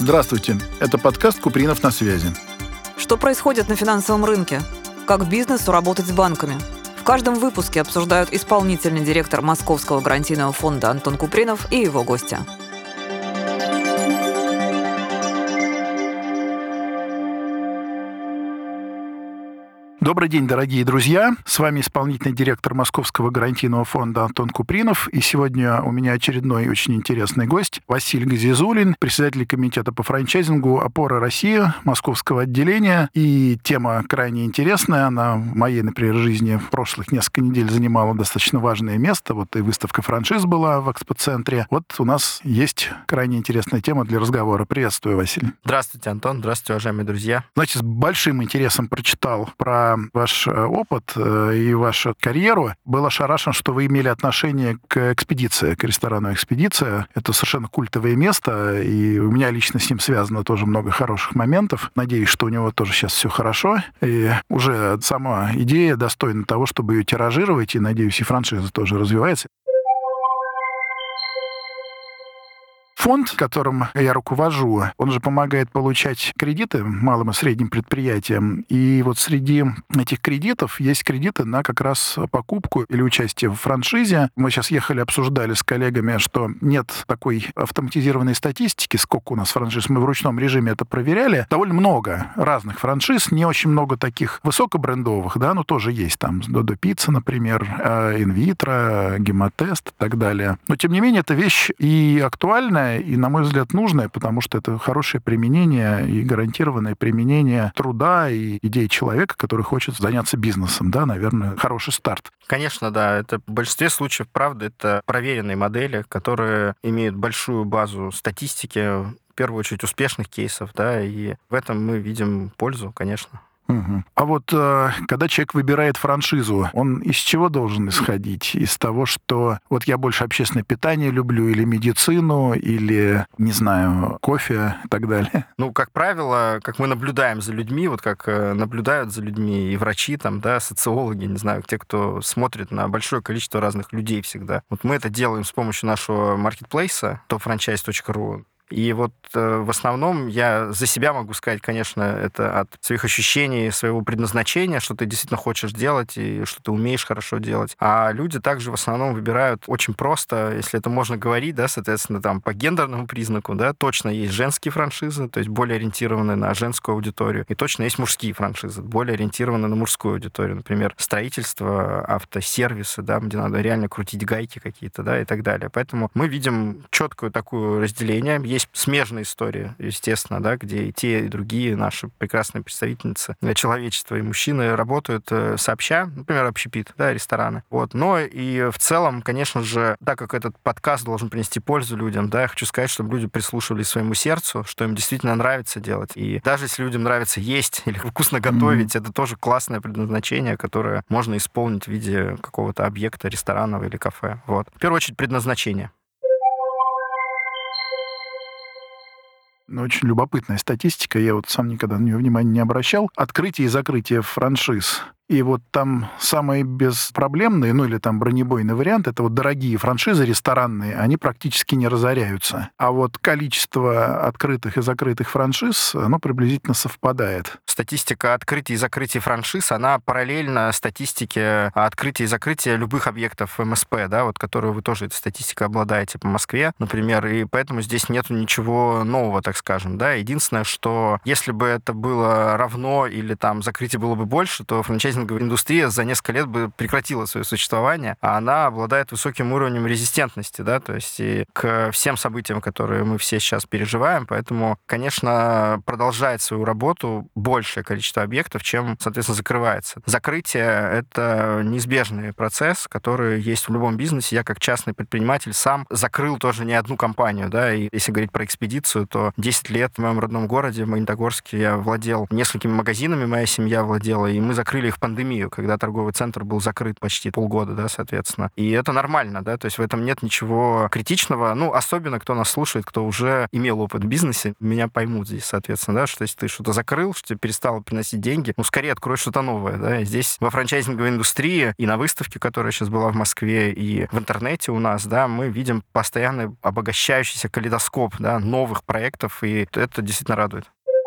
Здравствуйте, это подкаст «Купринов на связи». Что происходит на финансовом рынке? Как бизнесу работать с банками? В каждом выпуске обсуждают исполнительный директор Московского гарантийного фонда Антон Купринов и его гости. Добрый день, дорогие друзья. С вами исполнительный директор Московского гарантийного фонда Антон Купринов. И сегодня у меня очередной очень интересный гость Василий Газизуллин, председатель комитета по франчайзингу «Опора России» Московского отделения. И тема крайне интересная. Она в моей, например, жизни в прошлых несколько недель занимала достаточно важное место. Вот и выставка франшиз была в экспоцентре. Вот у нас есть крайне интересная тема для разговора. Приветствую, Василий. Здравствуйте, Антон. Здравствуйте, уважаемые друзья. Значит, с большим интересом прочитал про ваш опыт и вашу карьеру. Был ошарашен, что вы имели отношение к экспедиции, к ресторану «Экспедиция». Это совершенно культовое место, и у меня лично с ним связано тоже много хороших моментов. Надеюсь, что у него тоже сейчас все хорошо. И уже сама идея достойна того, чтобы ее тиражировать, и, надеюсь, и франшиза тоже развивается. Фонд, которым я руковожу, он же помогает получать кредиты малым и средним предприятиям. И вот среди этих кредитов есть кредиты на как раз покупку или участие в франшизе. Мы сейчас обсуждали с коллегами, что нет такой автоматизированной статистики, сколько у нас франшиз. Мы в ручном режиме это проверяли. Довольно много разных франшиз, не очень много таких высокобрендовых, да, но тоже есть там Додо Пицца, например, Инвитро, Гемотест и так далее. Но, тем не менее, это вещь и актуальная, и, на мой взгляд, нужное, потому что это хорошее применение и гарантированное применение труда и идей человека, который хочет заняться бизнесом. Да, наверное, хороший старт. Конечно, да. Это в большинстве случаев, правда, это проверенные модели, которые имеют большую базу статистики, в первую очередь успешных кейсов, да, и в этом мы видим пользу, конечно. Угу. А вот когда человек выбирает франшизу, он из чего должен исходить? Из того, что вот я больше общественное питание люблю, или медицину, или, не знаю, кофе и так далее? Ну, как правило, как мы наблюдаем за людьми, вот как наблюдают за людьми и врачи, там, да, социологи, не знаю, те, кто смотрит на большое количество разных людей всегда. Вот мы это делаем с помощью нашего маркетплейса topfranchise.ru. И вот в основном я за себя могу сказать, конечно, это от своих ощущений, своего предназначения, что ты действительно хочешь делать и что ты умеешь хорошо делать. А люди также в основном выбирают очень просто, если это можно говорить, да, соответственно, там по гендерному признаку, да, точно есть женские франшизы, то есть более ориентированные на женскую аудиторию, и точно есть мужские франшизы, более ориентированные на мужскую аудиторию, например, строительство, автосервисы, да, где надо реально крутить гайки какие-то, да, и так далее. Поэтому мы видим четкое такое разделение. Есть смежные истории, естественно, да, где и те, и другие наши прекрасные представительницы человечества и мужчины работают сообща, например, общепит, да, рестораны. Вот. Но и в целом, конечно же, так как этот подкаст должен принести пользу людям, да, я хочу сказать, чтобы люди прислушивались к своему сердцу, что им действительно нравится делать. И даже если людям нравится есть или вкусно готовить, это тоже классное предназначение, которое можно исполнить в виде какого-то объекта ресторанного или кафе. Вот. В первую очередь, предназначение. Очень любопытная статистика, я вот сам никогда на нее внимания не обращал. Открытие и закрытие франшиз. И вот там самые беспроблемные, ну или там бронебойный вариант, это вот дорогие франшизы ресторанные, они практически не разоряются. А вот количество открытых и закрытых франшиз, оно приблизительно совпадает. Статистика открытия и закрытия франшиз, она параллельна статистике открытия и закрытия любых объектов МСП, да, вот, которую вы тоже этой статистикой обладаете по Москве, например, и поэтому здесь нету ничего нового, так скажем, да. Единственное, что если бы это было равно или там закрытие было бы больше, то франчайзинговая индустрия за несколько лет бы прекратила свое существование, а она обладает высоким уровнем резистентности, да, то есть и к всем событиям, которые мы все сейчас переживаем, поэтому, конечно, продолжает свою работу большее количество объектов, чем, соответственно, закрывается. Закрытие — это неизбежный процесс, который есть в любом бизнесе. Я, как частный предприниматель, сам закрыл тоже не одну компанию, да, и если говорить про экспедицию, то 10 лет в моем родном городе, в Магнитогорске, я владел несколькими магазинами, моя семья владела, и мы закрыли их по пандемию, когда торговый центр был закрыт почти полгода, да, соответственно. И это нормально, да, то есть в этом нет ничего критичного. Ну, особенно, кто нас слушает, кто уже имел опыт в бизнесе, меня поймут здесь, соответственно, да, что если ты что-то закрыл, что тебе перестало приносить деньги, ну, скорее открой что-то новое, да. И здесь во франчайзинговой индустрии и на выставке, которая сейчас была в Москве, и в интернете у нас, да, мы видим постоянно обогащающийся калейдоскоп, да, новых проектов, и это действительно радует.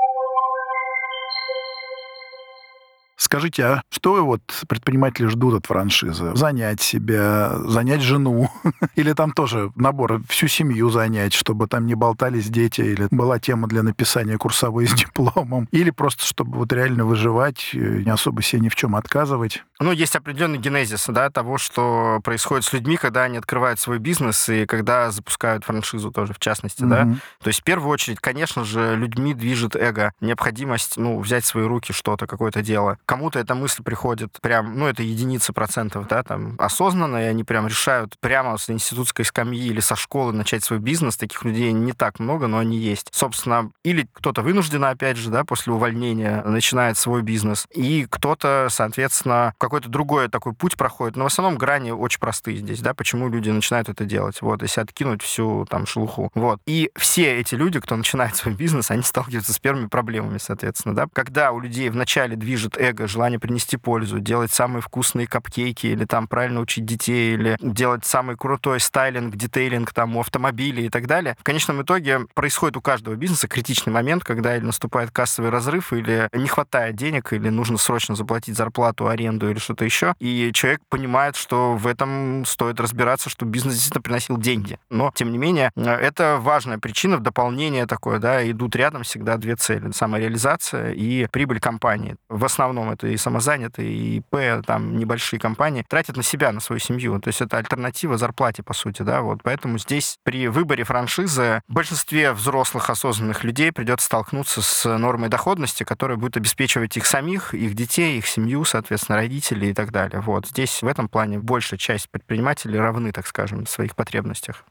Скажите, а что вот предприниматели ждут от франшизы? Занять себя, занять жену? Или там тоже набор всю семью занять, чтобы там не болтались дети, или была тема для написания курсовой с дипломом? Или просто, чтобы вот реально выживать, не особо себе ни в чем отказывать? Ну, есть определенный генезис, да, того, что происходит с людьми, когда они открывают свой бизнес и когда запускают франшизу тоже, в частности, да. То есть, в первую очередь, конечно же, людьми движет эго, необходимость, ну, взять в свои руки что-то, какое-то дело. Кому-то эта мысль приходит прям, ну, это единицы процентов, да, там, осознанно, и они прям решают прямо с институтской скамьи или со школы начать свой бизнес. Таких людей не так много, но они есть. Собственно, или кто-то вынужденно, опять же, да, после увольнения начинает свой бизнес, и кто-то, соответственно, какой-то другой такой путь проходит. Но в основном грани очень простые здесь, да, почему люди начинают это делать, вот, если откинуть всю там шелуху, вот. И все эти люди, кто начинает свой бизнес, они сталкиваются с первыми проблемами, соответственно, да. Когда у людей вначале движет эго, желание принести пользу, делать самые вкусные капкейки, или там правильно учить детей, или делать самый крутой стайлинг, детейлинг там у автомобилей и так далее, в конечном итоге происходит у каждого бизнеса критичный момент, когда или наступает кассовый разрыв, или не хватает денег, или нужно срочно заплатить зарплату, аренду или что-то еще, и человек понимает, что в этом стоит разбираться, чтобы бизнес действительно приносил деньги. Но, тем не менее, это важная причина, в дополнение такое, да, идут рядом всегда две цели. Самореализация и прибыль компании. В основном это и самозанятые, и ИП, там, небольшие компании тратят на себя, на свою семью. То есть это альтернатива зарплате, по сути, да, вот. Поэтому здесь при выборе франшизы большинстве взрослых осознанных людей придется столкнуться с нормой доходности, которая будет обеспечивать их самих, их детей, их семью, соответственно, родителей и так далее. Вот. Здесь в этом плане большая часть предпринимателей равны, так скажем, в своих потребностях.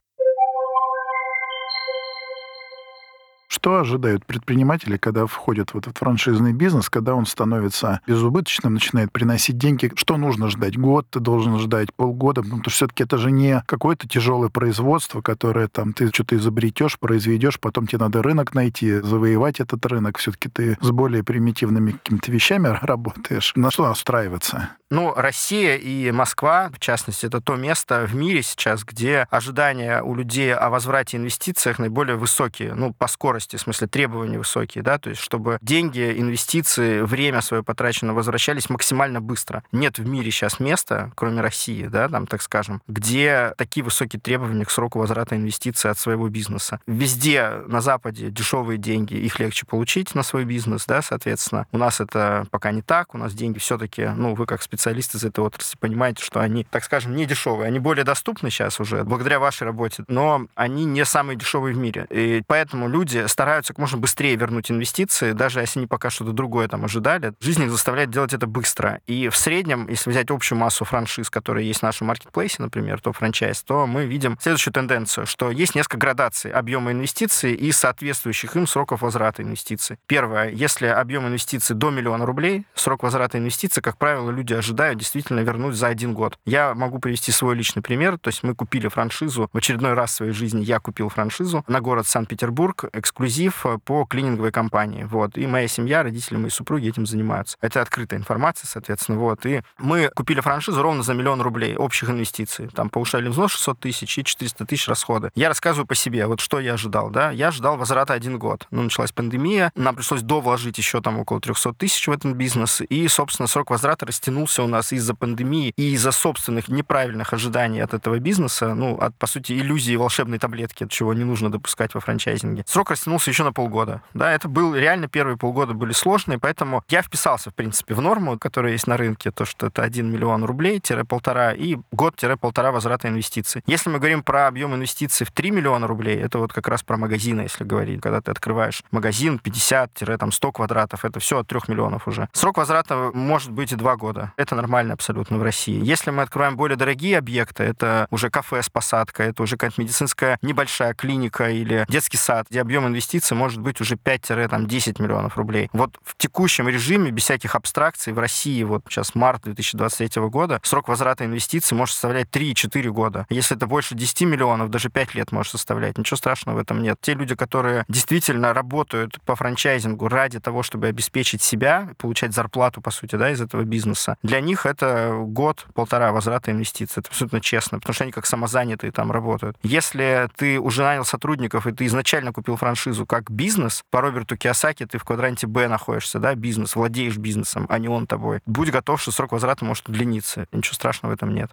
Что ожидают предприниматели, когда входят в этот франшизный бизнес, когда он становится безубыточным, начинает приносить деньги? Что нужно ждать? Год ты должен ждать, полгода? Потому что все-таки это же не какое-то тяжелое производство, которое там ты что-то изобретешь, произведешь, потом тебе надо рынок найти, завоевать этот рынок. Все-таки ты с более примитивными какими-то вещами работаешь. На что настраиваться? Ну, Россия и Москва, в частности, это то место в мире сейчас, где ожидания у людей о возврате инвестициях наиболее высокие, ну, по скорости, в смысле требования высокие, да, то есть чтобы деньги, инвестиции, время свое потраченное возвращались максимально быстро. Нет в мире сейчас места, кроме России, да, там, так скажем, где такие высокие требования к сроку возврата инвестиций от своего бизнеса. Везде на Западе дешевые деньги, их легче получить на свой бизнес, да, соответственно. У нас это пока не так, у нас деньги все-таки, ну, вы как специалисты из этой отрасли понимаете, что они, так скажем, не дешевые. Они более доступны сейчас уже, благодаря вашей работе, но они не самые дешевые в мире. И поэтому люди стараются как можно быстрее вернуть инвестиции, даже если они пока что-то другое там ожидали. Жизнь их заставляет делать это быстро. И в среднем, если взять общую массу франшиз, которые есть в нашем маркетплейсе, например, топ-франчайз, то мы видим следующую тенденцию, что есть несколько градаций объема инвестиций и соответствующих им сроков возврата инвестиций. Первое, если объем инвестиций до 1 000 000 рублей, срок возврата инвестиций, как правило, люди ожидают действительно вернуть за 1 год. Я могу привести свой личный пример. То есть мы купили франшизу. В очередной раз в своей жизни я купил франшизу на город Санкт-Петербург, эксклюзив по клининговой компании. Вот. И моя семья, родители, мои супруги этим занимаются. Это открытая информация, соответственно. Вот. И мы купили франшизу ровно за 1 000 000 рублей общих инвестиций. Там паушальный взнос 600 тысяч и 400 тысяч расходы. Я рассказываю по себе. Вот что я ожидал. Да? Я ожидал возврата 1 год. Ну, началась пандемия. Нам пришлось довложить еще там около 300 тысяч в этот бизнес. И, собственно, срок возврата растянулся у нас из-за пандемии и из-за собственных неправильных ожиданий от этого бизнеса, ну, от, по сути, иллюзии волшебной таблетки, от чего не нужно допускать во франчайзинге. Срок растянулся еще на полгода. Да, это был реально первые полгода были сложные, поэтому я вписался, в принципе, в норму, которая есть на рынке, то, что это 1 миллион рублей-1,5 и год-1,5 возврата инвестиций. Если мы говорим про объем инвестиций в 3 миллиона рублей, это вот как раз про магазины, если говорить, когда ты открываешь магазин 50-100 квадратов, это все от 3 миллионов уже. Срок возврата может быть и 2 года. Это это нормально абсолютно в России. Если мы открываем более дорогие объекты, это уже кафе с посадкой, это уже какая-то медицинская небольшая клиника или детский сад, где объем инвестиций может быть уже 5-10 миллионов рублей. Вот в текущем режиме, без всяких абстракций, в России, вот сейчас март 2023 года, срок возврата инвестиций может составлять 3-4 года. Если это больше 10 миллионов, даже 5 лет может составлять. Ничего страшного в этом нет. Те люди, которые действительно работают по франчайзингу ради того, чтобы обеспечить себя, получать зарплату, по сути, да, из этого бизнеса, для них это год-полтора возврата инвестиций. Это абсолютно честно, потому что они как самозанятые там работают. Если ты уже нанял сотрудников, и ты изначально купил франшизу как бизнес, по Роберту Кийосаки ты в квадранте Б находишься, да, бизнес, владеешь бизнесом, а не он тобой. Будь готов, что срок возврата может удлиниться. Ничего страшного в этом нет.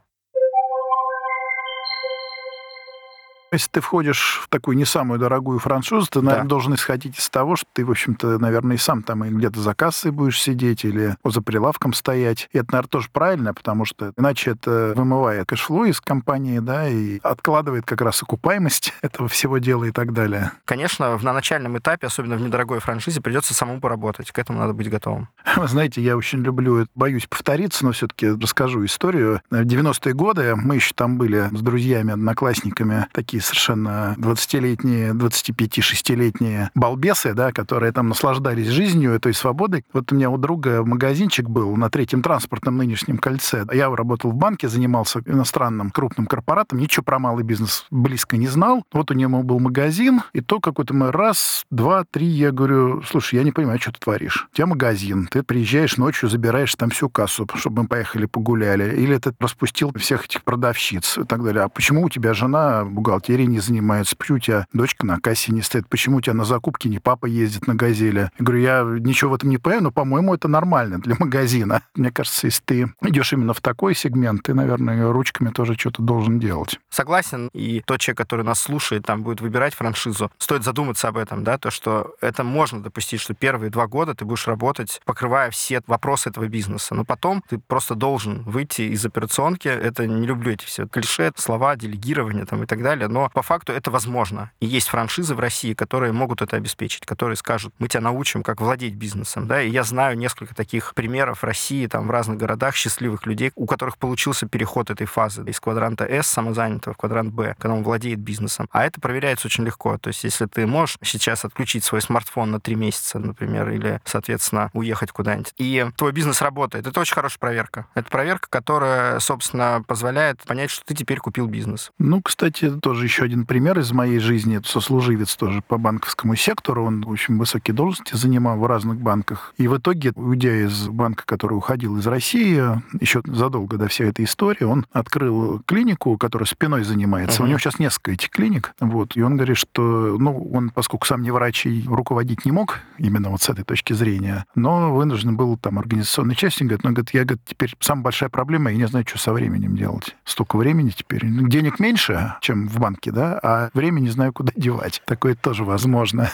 Если ты входишь в такую не самую дорогую франшизу, ты, наверное, должен исходить из того, что ты, в общем-то, наверное, и сам там и где-то за кассой будешь сидеть или за прилавком стоять. И это, наверное, тоже правильно, потому что иначе это вымывает кэшфлоу из компании, да, и откладывает как раз окупаемость этого всего дела и так далее. Конечно, на начальном этапе, особенно в недорогой франшизе, придется самому поработать. К этому надо быть готовым. Вы знаете, я очень люблю, боюсь повториться, но все-таки расскажу историю. В 90-е годы мы еще там были с друзьями, одноклассниками, такие совершенно 20-летние, 25-6-летние балбесы, да, которые там наслаждались жизнью, этой свободой. Вот у меня у друга магазинчик был на Третьем транспортном нынешнем кольце. Я работал в банке, занимался иностранным крупным корпоратом, ничего про малый бизнес близко не знал. Вот у него был магазин, и то какой-то мы раз, два, три, я говорю, слушай, я не понимаю, что ты творишь. У тебя магазин, ты приезжаешь ночью, забираешь там всю кассу, чтобы мы поехали погуляли, или ты распустил всех этих продавщиц и так далее. А почему у тебя жена бухгалтерией не занимается, почему у тебя дочка на кассе не стоит, почему у тебя на закупки не папа ездит на «Газели». Я говорю, я ничего в этом не понимаю, но, по-моему, это нормально для магазина. Мне кажется, если ты идешь именно в такой сегмент, ты, наверное, ручками тоже что-то должен делать. Согласен, и тот человек, который нас слушает, там будет выбирать франшизу, стоит задуматься об этом, да, то, что это можно допустить, что первые 2 года ты будешь работать, покрывая все вопросы этого бизнеса, но потом ты просто должен выйти из операционки. Это не люблю эти все клише, слова, делегирование там и так далее, но по факту это возможно. И есть франшизы в России, которые могут это обеспечить, которые скажут, мы тебя научим, как владеть бизнесом, да, и я знаю несколько таких примеров в России, там в разных городах, счастливых людей, у которых получился переход этой фазы из квадранта S самозанятого в квадрант Б, когда он владеет бизнесом. А это проверяется очень легко. То есть если ты можешь сейчас отключить свой смартфон на 3 месяца, например, или, соответственно, уехать куда-нибудь, и твой бизнес работает, это очень хорошая проверка. Это проверка, которая, собственно, позволяет понять, что ты теперь купил бизнес. Ну, кстати, тоже еще один пример из моей жизни. Это сослуживец тоже по банковскому сектору. Он, в общем, высокие должности занимал в разных банках. И в итоге, уйдя из банка, который уходил из России, еще задолго до всей этой истории, он открыл клинику, которая спиной занимается. У него сейчас несколько этих клиник. Вот. И он говорит, что, ну, он, поскольку сам не врач и руководить не мог, именно вот с этой точки зрения, но вынужден был там организационной частью. Он говорит, я теперь самая большая проблема, я не знаю, что со временем делать. Столько времени теперь. Денег меньше, чем в банке, да, а время не знаю, куда девать. Такое тоже возможно.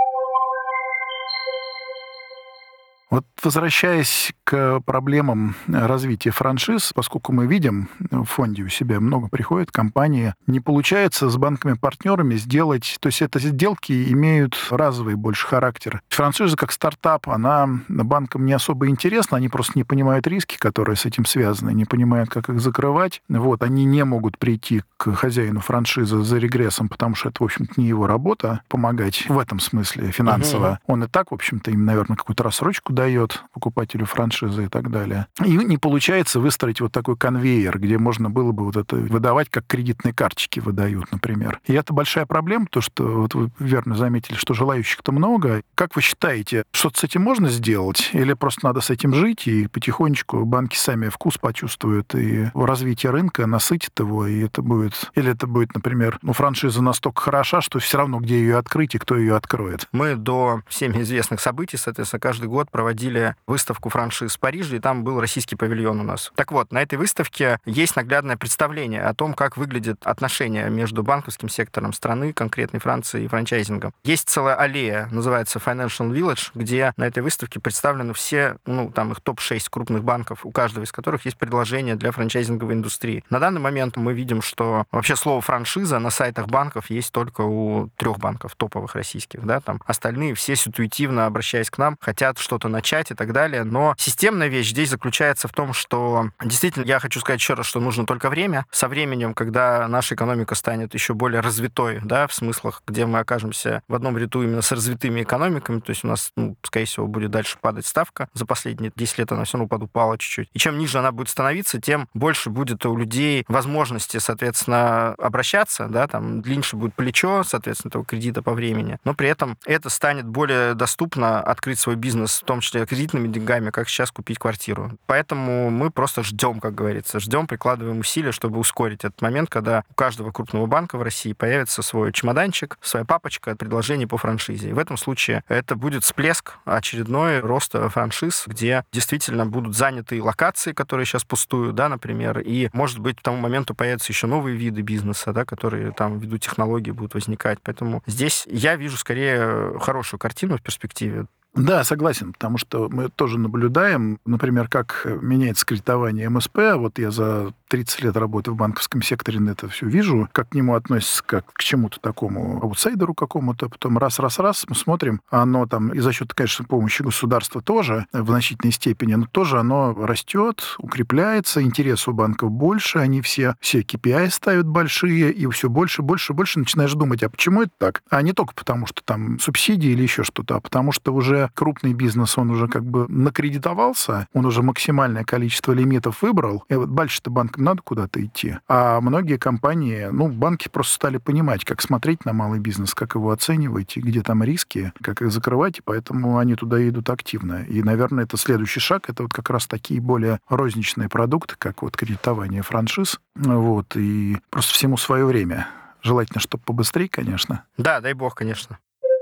Вот возвращаясь к проблемам развития франшиз, поскольку мы видим, в фонде у себя много приходит компании, не получается с банками-партнерами сделать, то есть это сделки имеют разовый больше характер. Франшиза как стартап, она банкам не особо интересна, они просто не понимают риски, которые с этим связаны, не понимают, как их закрывать. Вот, они не могут прийти к хозяину франшизы за регрессом, потому что это, в общем-то, не его работа помогать в этом смысле финансово. Он и так, в общем-то, им, наверное, какую-то рассрочку дает покупателю франшизы и так далее. И не получается выстроить вот такой конвейер, где можно было бы вот это выдавать, как кредитные карточки выдают, например. И это большая проблема, то, что вот вы верно заметили, что желающих-то много. Как вы считаете, что-то с этим можно сделать? Или просто надо с этим жить, и потихонечку банки сами вкус почувствуют, и развитие рынка насытит его, и это будет... Или это будет, например, франшиза настолько хороша, что все равно, где ее открыть и кто ее откроет. Мы до всеми известных событий, соответственно, каждый год проводили выставку франшиз в Париже, и там был российский павильон у нас. Так вот, на этой выставке есть наглядное представление о том, как выглядят отношения между банковским сектором страны, конкретной Франции, и франчайзингом. Есть целая аллея, называется Financial Village, где на этой выставке представлены все, там их топ-6 крупных банков, у каждого из которых есть предложения для франчайзинговой индустрии. На данный момент мы видим, что вообще слово «франшиза» на сайтах банков есть только у 3 банков топовых российских, да, там остальные все ситуативно, обращаясь к нам, хотят что-то начать и так далее, но система системная вещь здесь заключается в том, что действительно, я хочу сказать еще раз, что нужно только время. Со временем, когда наша экономика станет еще более развитой, да, в смыслах, где мы окажемся в одном ряду именно с развитыми экономиками, то есть у нас, скорее всего, будет дальше падать ставка. За последние 10 лет она все равно подупала чуть-чуть. И чем ниже она будет становиться, тем больше будет у людей возможности, соответственно, обращаться, да, там, длиннее будет плечо, соответственно, этого кредита по времени, но при этом это станет более доступно открыть свой бизнес, в том числе кредитными деньгами, как сейчас купить квартиру. Поэтому мы просто ждем, как говорится, прикладываем усилия, чтобы ускорить этот момент, когда у каждого крупного банка в России появится свой чемоданчик, своя папочка предложений по франшизе. И в этом случае это будет всплеск очередной роста франшиз, где действительно будут заняты локации, которые сейчас пустуют, да, например, и, может быть, к тому моменту появятся еще новые виды бизнеса, да, которые там ввиду технологий будут возникать. Поэтому здесь я вижу скорее хорошую картину в перспективе. Да, согласен, потому что мы тоже наблюдаем, например, как меняется кредитование МСП. Вот я за 30 лет работы в банковском секторе на это все вижу, как к нему относятся как к чему-то такому аутсайдеру какому-то. Потом раз, мы смотрим, оно там, и за счет, конечно, помощи государства тоже в значительной степени, но тоже оно растет, укрепляется, интерес у банков больше, они все KPI ставят большие, и все больше начинаешь думать, а почему это так? А не только потому, что там субсидии или еще что-то, а потому что уже крупный бизнес, он уже как бы накредитовался, он уже максимальное количество лимитов выбрал, и вот дальше-то банкам надо куда-то идти. А многие компании, банки просто стали понимать, как смотреть на малый бизнес, как его оценивать, и где там риски, как их закрывать, и поэтому они туда идут активно. И, наверное, это следующий шаг, это вот как раз такие более розничные продукты, как вот кредитование франшиз, вот, и просто всему свое время. Желательно, чтобы побыстрее, конечно. Да, дай бог, конечно.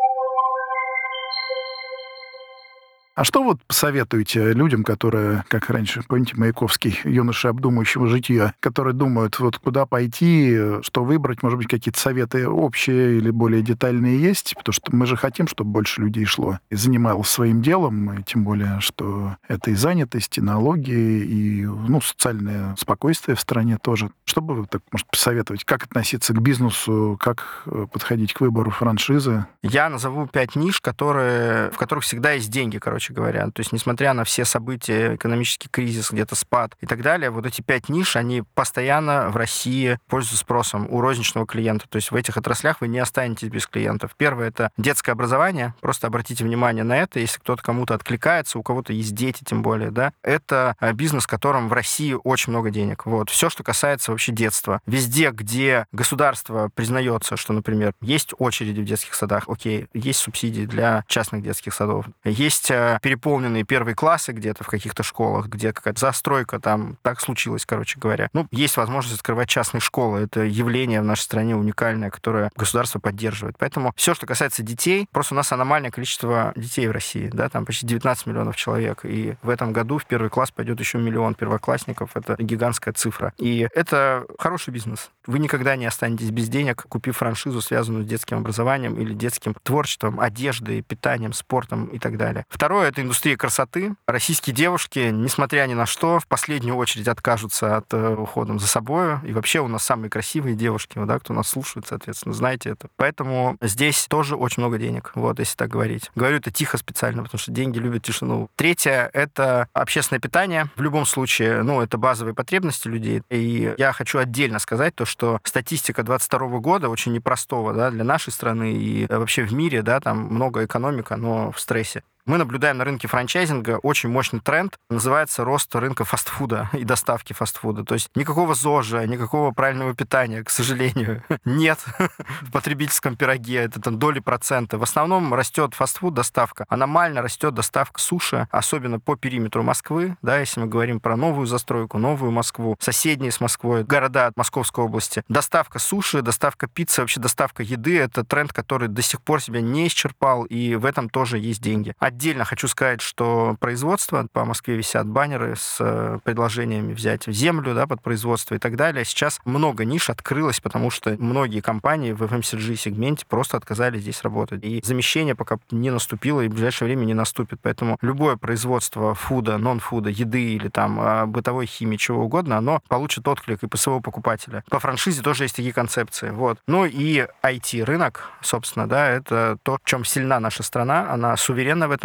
А что вот посоветуете людям, которые, как раньше, помните, Маяковский, юноши обдумывающего жития, которые думают, вот куда пойти, что выбрать, может быть, какие-то советы общие или более детальные есть? Потому что мы же хотим, чтобы больше людей шло и занималось своим делом, и тем более, что это и занятость, и налоги, и социальное спокойствие в стране тоже. Что бы вы так, может, посоветовать? Как относиться к бизнесу, как подходить к выбору франшизы? Я назову 5 ниш, в которых всегда есть деньги, короче говоря. То есть, несмотря на все события, экономический кризис, где-то спад и так далее, вот эти 5 ниш, они постоянно в России пользуются спросом у розничного клиента. То есть в этих отраслях вы не останетесь без клиентов. Первое — это детское образование. Просто обратите внимание на это. Если кто-то кому-то откликается, у кого-то есть дети, тем более, да, это бизнес, в котором в России очень много денег. Вот. Все, что касается вообще детства. Везде, где государство признается, что, например, есть очереди в детских садах, окей, есть субсидии для частных детских садов, есть переполненные первые классы где-то в каких-то школах, где какая-то застройка там, так случилось, короче говоря. Есть возможность открывать частные школы. Это явление в нашей стране уникальное, которое государство поддерживает. Поэтому все, что касается детей, просто у нас аномальное количество детей в России, да, там почти 19 миллионов человек, и в этом году в первый класс пойдет еще 1 миллион первоклассников. Это гигантская цифра. И это хороший бизнес. Вы никогда не останетесь без денег, купив франшизу, связанную с детским образованием или детским творчеством, одеждой, питанием, спортом и так далее. Второе — это индустрия красоты. Российские девушки, несмотря ни на что, в последнюю очередь откажутся от ухода за собой. И вообще у нас самые красивые девушки, да, кто нас слушает, соответственно, знаете это. Поэтому здесь тоже очень много денег, вот, если так говорить. Говорю это тихо специально, потому что деньги любят тишину. Третье — это общественное питание. В любом случае, это базовые потребности людей. И я хочу отдельно сказать то, что статистика 2022 года очень непростого, да, для нашей страны и вообще в мире, да, там много экономика, но в стрессе. Мы наблюдаем на рынке франчайзинга очень мощный тренд, называется рост рынка фастфуда и доставки фастфуда. То есть никакого ЗОЖа, никакого правильного питания, к сожалению, нет в потребительском пироге. Это там доли процента. В основном растет фастфуд, доставка. Аномально растет доставка суши, особенно по периметру Москвы, да, если мы говорим про новую застройку, новую Москву, соседние с Москвой города Московской области. Доставка суши, доставка пиццы, вообще доставка еды — это тренд, который до сих пор себя не исчерпал, и в этом тоже есть деньги. Отдельно хочу сказать, что производство, по Москве висят баннеры с предложениями взять землю, да, под производство и так далее. Сейчас много ниш открылось, потому что многие компании в FMCG-сегменте просто отказались здесь работать. И замещение пока не наступило, и в ближайшее время не наступит. Поэтому любое производство фуда, нон-фуда, еды или там бытовой химии, чего угодно, оно получит отклик и по своего покупателя. По франшизе тоже есть такие концепции. Вот. И IT-рынок, собственно, да, это то, в чем сильна наша страна. Она суверенна в этом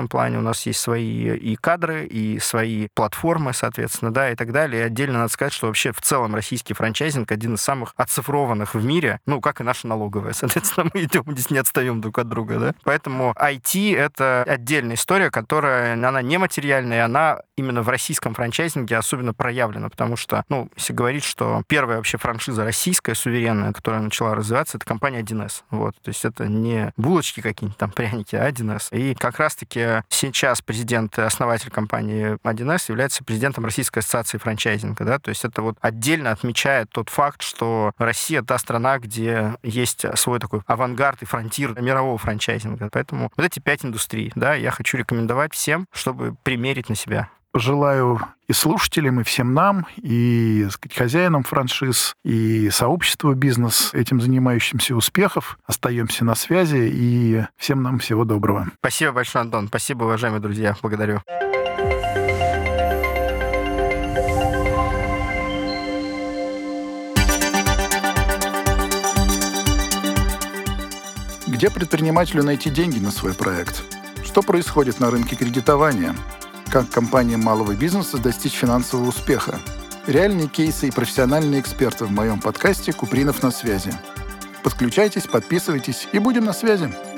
этом плане. У нас есть свои и кадры, и свои платформы, соответственно, да, и так далее. И отдельно надо сказать, что вообще в целом российский франчайзинг один из самых оцифрованных в мире, как и наша налоговая. Соответственно, мы идем здесь, не отстаем друг от друга, да. Поэтому IT — это отдельная история, которая, она нематериальная, она именно в российском франчайзинге особенно проявлена, потому что, если говорить, что первая вообще франшиза российская, суверенная, которая начала развиваться, это компания 1С. Вот. То есть это не булочки какие-нибудь там, пряники, а 1С. И как раз-таки сейчас президент и основатель компании 1С является президентом Российской ассоциации франчайзинга, да, то есть это вот отдельно отмечает тот факт, что Россия та страна, где есть свой такой авангард и фронтир мирового франчайзинга. Поэтому вот эти 5 индустрий, да, я хочу рекомендовать всем, чтобы примерить на себя. Желаю и слушателям, и всем нам, и, так сказать, хозяинам франшиз, и сообществу бизнес, этим занимающимся, успехов. Остаемся на связи, и всем нам всего доброго. Спасибо большое, Антон. Спасибо, уважаемые друзья. Благодарю. Где предпринимателю найти деньги на свой проект? Что происходит на рынке кредитования? Как компаниям малого бизнеса достичь финансового успеха? Реальные кейсы и профессиональные эксперты в моем подкасте «Купринов на связи». Подключайтесь, подписывайтесь и будем на связи.